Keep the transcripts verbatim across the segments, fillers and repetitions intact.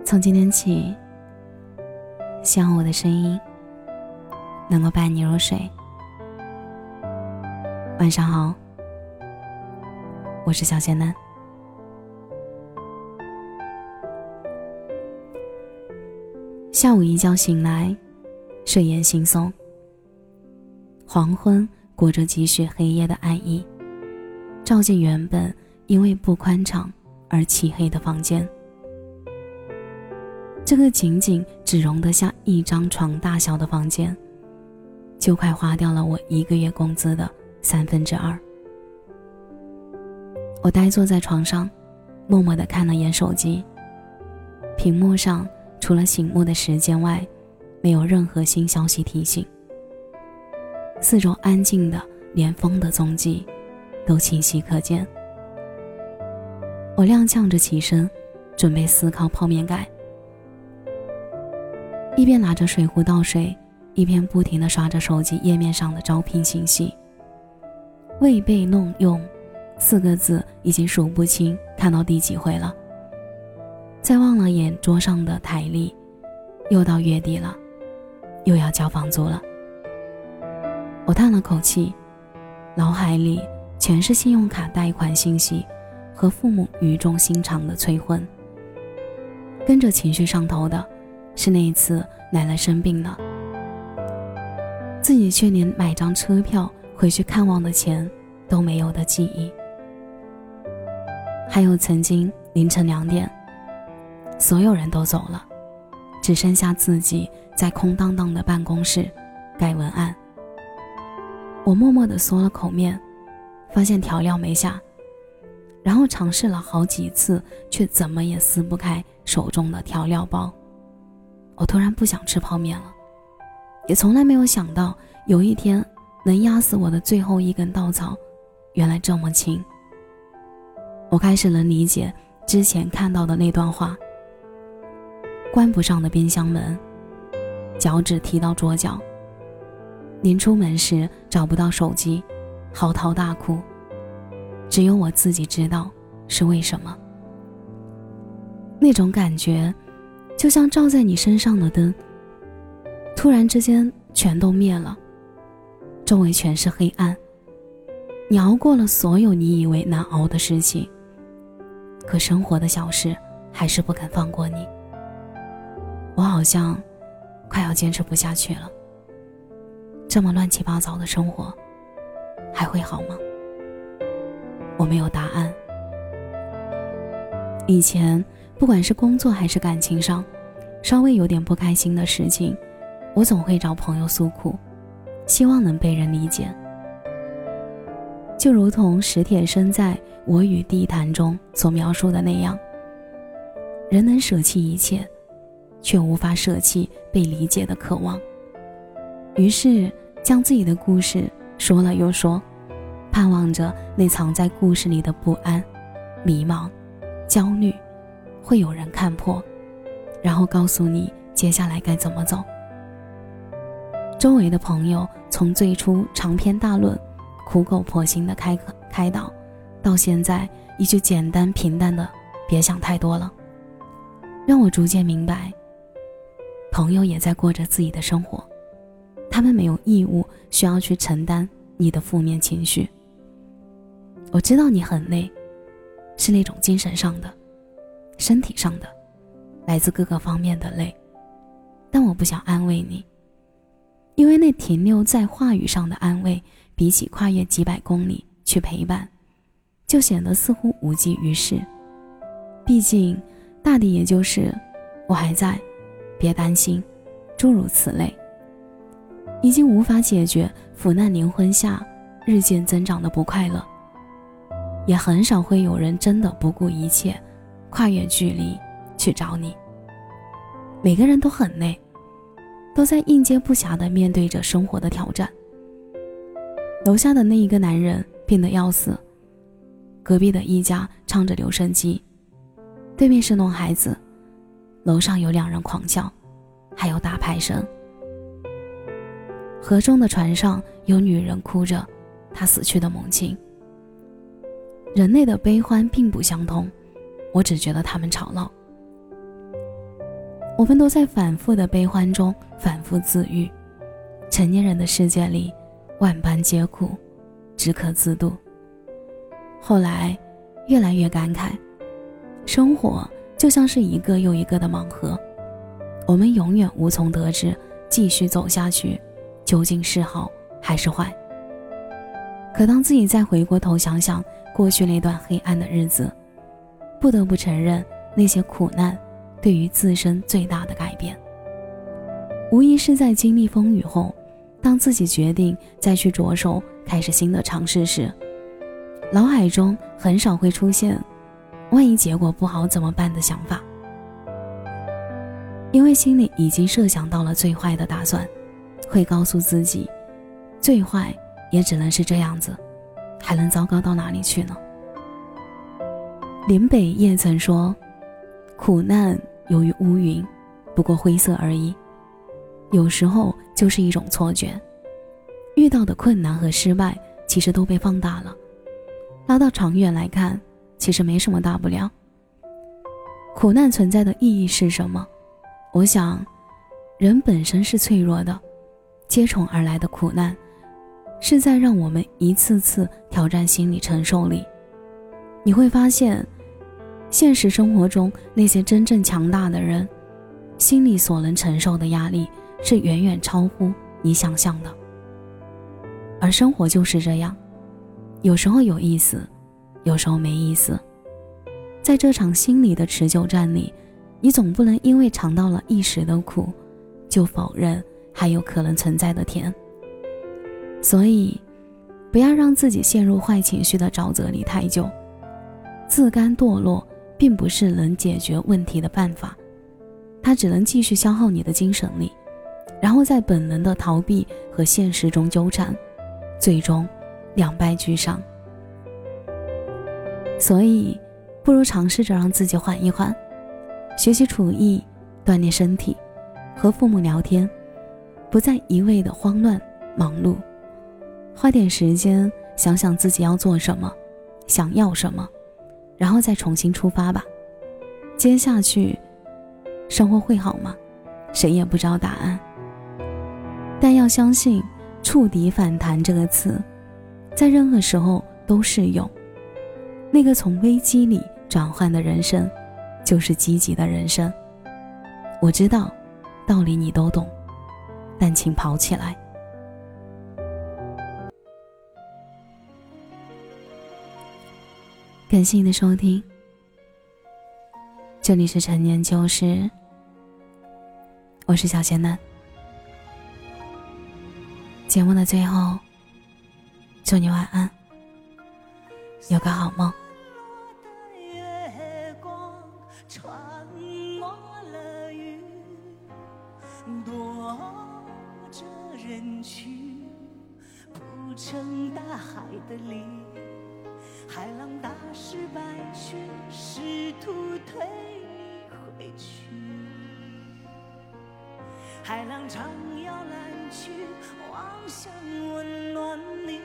从今天起，希望我的声音能够伴你入睡。晚上好，我是小仙男。下午一觉醒来，睡眼惺忪，黄昏裹着几许黑夜的暗意，照进原本因为不宽敞而漆黑的房间。这个仅仅只容得下一张床大小的房间，就快花掉了我一个月工资的三分之二。我呆坐在床上，默默地看了眼手机，屏幕上除了醒目的时间外，没有任何新消息提醒。四周安静的，连风的踪迹都清晰可见。我踉跄着起身，准备撕烤泡面盖，一边拿着水壶倒水，一边不停地刷着手机页面上的招聘信息。未被弄用四个字已经数不清看到第几回了。再望了眼桌上的台历，又到月底了，又要交房租了。我叹了口气，脑海里全是信用卡贷款信息和父母语重心长的催婚。跟着情绪上头的是那一次奶奶生病了，自己却连买张车票回去看望的钱都没有的记忆。还有曾经凌晨两点，所有人都走了，只剩下自己在空荡荡的办公室改文案。我默默地嗦了口面，发现调料没下，然后尝试了好几次，却怎么也撕不开手中的调料包。我突然不想吃泡面了，也从来没有想到有一天能压死我的最后一根稻草原来这么轻。我开始能理解之前看到的那段话：关不上的冰箱门，脚趾踢到桌角，临出门时找不到手机，嚎啕大哭，只有我自己知道是为什么。那种感觉就像照在你身上的灯，突然之间全都灭了，周围全是黑暗。你熬过了所有你以为难熬的事情，可生活的小事还是不肯放过你。我好像快要坚持不下去了，这么乱七八糟的生活还会好吗？我没有答案。以前不管是工作还是感情上稍微有点不开心的事情，我总会找朋友诉苦，希望能被人理解。就如同史铁生在《我与地坛》中所描述的那样，人能舍弃一切，却无法舍弃被理解的渴望。于是将自己的故事说了又说，盼望着那藏在故事里的不安、迷茫、焦虑会有人看破，然后告诉你接下来该怎么走。周围的朋友从最初长篇大论苦口婆心的开开导，到现在一句简单平淡的别想太多了，让我逐渐明白，朋友也在过着自己的生活，他们没有义务需要去承担你的负面情绪。我知道你很累，是那种精神上的、身体上的，来自各个方面的累，但我不想安慰你，因为那停留在话语上的安慰，比起跨越几百公里去陪伴，就显得似乎无济于事。毕竟大抵也就是我还在，别担心，诸如此类，已经无法解决腐烂灵魂下日渐增长的不快乐。也很少会有人真的不顾一切跨越距离去找你。每个人都很累，都在应接不暇地面对着生活的挑战。楼下的那一个男人病得要死，隔壁的一家唱着留声机，对面是弄孩子，楼上有两人狂笑，还有打牌声。河中的船上有女人哭着她死去的母亲。人类的悲欢并不相同，我只觉得他们吵闹。 我们都在反复的悲欢中反复自愈。成年人的世界里，万般皆苦，只可自度。后来越来越感慨，生活就像是一个又一个的盲盒，我们永远无从得知继续走下去究竟是好还是坏。可当自己再回过头想想过去那段黑暗的日子，不得不承认，那些苦难对于自身最大的改变，无疑是在经历风雨后，当自己决定再去着手开始新的尝试时，脑海中很少会出现万一结果不好怎么办的想法，因为心里已经设想到了最坏的打算，会告诉自己，最坏也只能是这样子，还能糟糕到哪里去呢？林北叶曾说，苦难由于乌云，不过灰色而已，有时候就是一种错觉，遇到的困难和失败其实都被放大了，拉到长远来看，其实没什么大不了。苦难存在的意义是什么？我想，人本身是脆弱的，接踵而来的苦难是在让我们一次次挑战心理承受力。你会发现，现实生活中那些真正强大的人，心里所能承受的压力是远远超乎你想象的。而生活就是这样，有时候有意思，有时候没意思。在这场心理的持久战里，你总不能因为尝到了一时的苦，就否认还有可能存在的甜。所以，不要让自己陷入坏情绪的沼泽里太久。自甘堕落并不是能解决问题的办法，它只能继续消耗你的精神力，然后在本能的逃避和现实中纠缠，最终两败俱伤。所以不如尝试着让自己缓一缓，学习厨艺，锻炼身体，和父母聊天，不再一味的慌乱忙碌，花点时间想想自己要做什么，想要什么，然后再重新出发吧。接下去生活会好吗？谁也不知道答案，但要相信触底反弹这个词在任何时候都适用。那个从危机里转换的人生，就是积极的人生。我知道道理你都懂，但请跑起来。感谢你的收听，这里是陈年旧事，我是小仙嫩。节目的最后，祝你晚安，有个好梦。 人群铺成大海的里，海浪打湿白裙，试图推你回去。海浪长摇篮去，望向温暖你。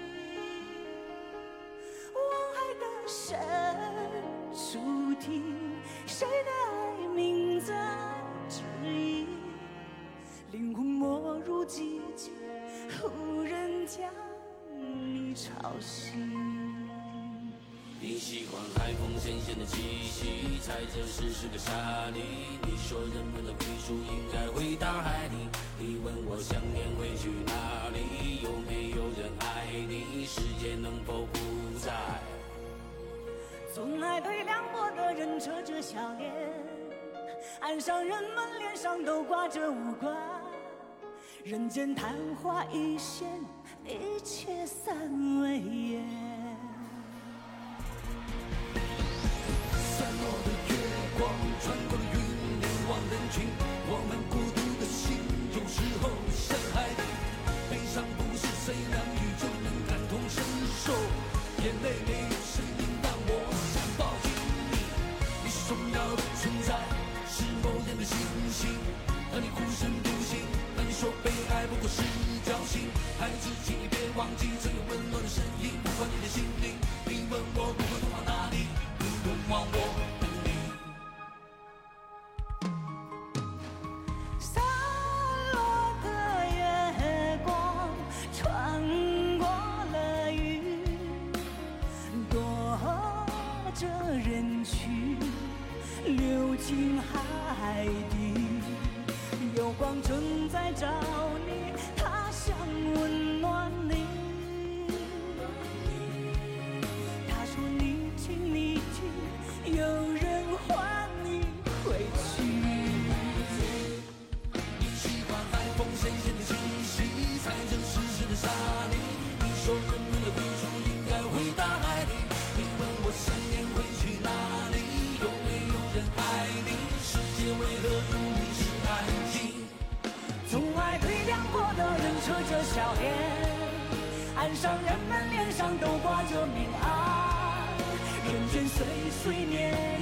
望海的深处听，谁的爱铭在指引？灵魂没入寂静，无人将你吵醒。 你喜欢海风咸咸的气息，猜这是是个沙粒。你说人们的归属应该回大海里。你问我想念会去哪里？有没有人爱你？世界能否不在？ 从来对凉薄的人扯着笑脸，岸上人们脸上都挂着无关。人间昙花一现，一切散为烟。 散落的月光，穿过了云，凝望人群。我们孤独的心，有时候像海底。悲伤不是谁两语就能感同身受，眼泪没有声音，但我想抱紧你。你是重要的存在，是某人的星星。当你孤身独行，当你说被爱不过是侥幸，孩子，请你别忘记，曾有温暖的声音呼唤你的心灵。你问我不会通往哪里，不通往我的你。 说人们的归属应该回大海里。你问我想念会去哪里？有没有人爱你？世界为何如你是安静？ 从爱最亮过的人扯着笑脸，岸上人们脸上都挂着明暗，人间岁岁年。